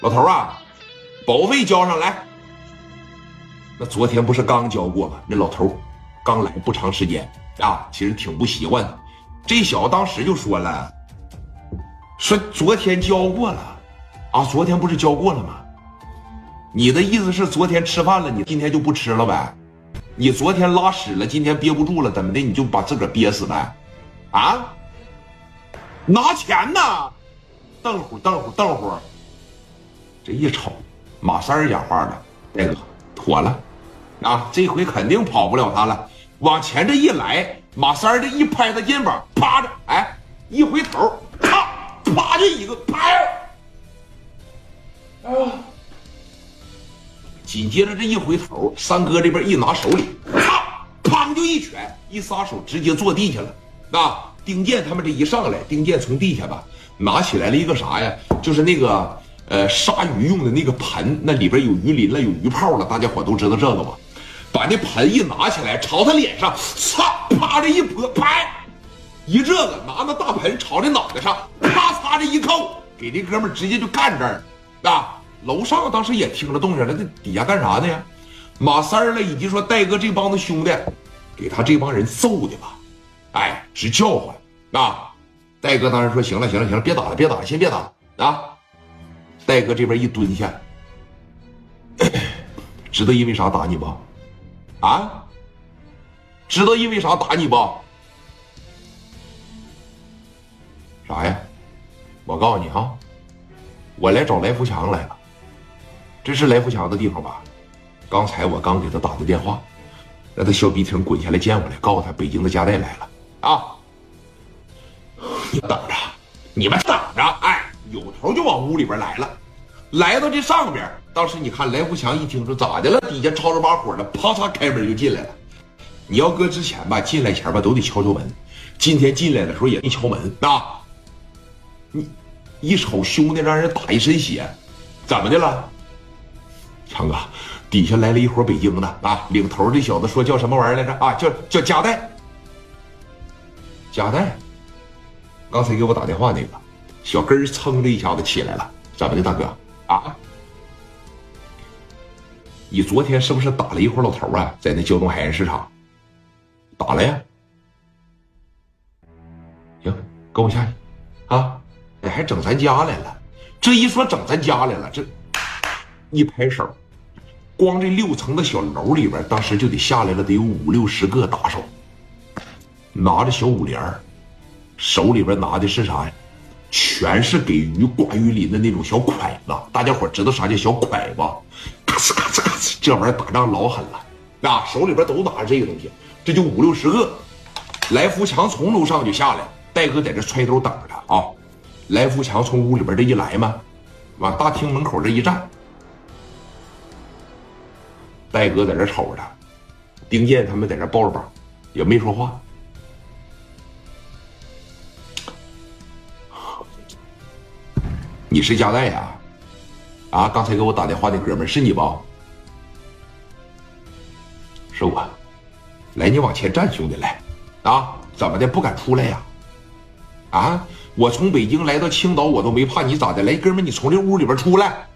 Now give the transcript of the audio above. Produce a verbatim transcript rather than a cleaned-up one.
老头啊，保费交上来。那昨天不是刚交过吗？那老头刚来不长时间啊，其实挺不习惯的。这小子当时就说了，说昨天交过了啊，昨天不是交过了吗？你的意思是昨天吃饭了，你今天就不吃了呗？你昨天拉屎了，今天憋不住了，怎么的？你就把自个儿憋死呗？啊？拿钱呢？瞪会瞪会瞪会。这一瞅，马三儿讲话了，大哥，妥了，啊，这回肯定跑不了他了。往前这一来，马三儿这一拍他肩膀，啪着，哎，一回头，啪，啪就一个拍，啊！紧接着这一回头，三哥这边一拿手里，啪，砰就一拳，一撒手直接坐地下了。啊，丁健他们这一上来，丁健从地下吧拿起来了一个啥呀？就是那个。呃，杀鱼用的那个盆，那里边有鱼鳞了，有鱼泡了，大家伙都知道这个吧？把那盆一拿起来，朝他脸上，擦，啪这一泼，拍，一这个拿那大盆朝这脑袋上，啪嚓这一扣，给这哥们直接就干这儿了啊！楼上当时也听着动静了，这底下干啥呢呀？马三儿了，以及说戴哥这帮子兄弟，给他这帮人揍的吧？哎，直叫唤啊！戴哥当时说：“行了，行了，行了，别打了，别打了，先别打了啊！”戴哥这边一蹲下，知道因为啥打你不？啊？知道因为啥打你不？啥呀？我告诉你啊，我来找来福强来了。这是来福强的地方吧？刚才我刚给他打的电话，让他小逼挺滚下来见我来，告诉他北京的家代来了啊！你等着，你们等着，哎。有头就往屋里边来了，来到这上边，当时你看来福强一听说咋的了，底下吵着把火了，啪嚓开门就进来了。你要搁之前吧，进来前吧都得敲敲门，今天进来的时候也没敲门啊。你一瞅兄弟让人打一身血，怎么的了？强哥，底下来了一伙北京的啊，领头这小子说叫什么玩意儿来着啊？叫叫加代。加代，刚才给我打电话那个。小根儿噌的一下子起来了，怎么的，大哥啊？你昨天是不是打了一伙老头啊？在那胶东海鲜市场打了呀？行，跟我下去啊！你还整咱家来了？这一说整咱家来了，这一拍手，光这六层的小楼里边，当时就得下来了，得有五六十个打手，拿着小五连，手里边拿的是啥呀？全是给鱼挂鱼鳞的那种小蒯子，大家伙知道啥叫小蒯吧？咔哧咔哧咔哧，这玩意儿打仗老狠了啊！手里边都拿着这个东西，这就五六十个。来福强从楼上就下来，戴哥在这揣兜等着他啊。来福强从屋里边这一来嘛，往大厅门口这一站，戴哥在这瞅着他，丁健他们在这抱着膀，也没说话。你是加代呀？啊，刚才给我打电话那哥们儿是你吧？是我。来，你往前站，兄弟来。啊，怎么的？不敢出来呀？啊，我从北京来到青岛，我都没怕你咋的。来，哥们儿，你从这屋里边出来。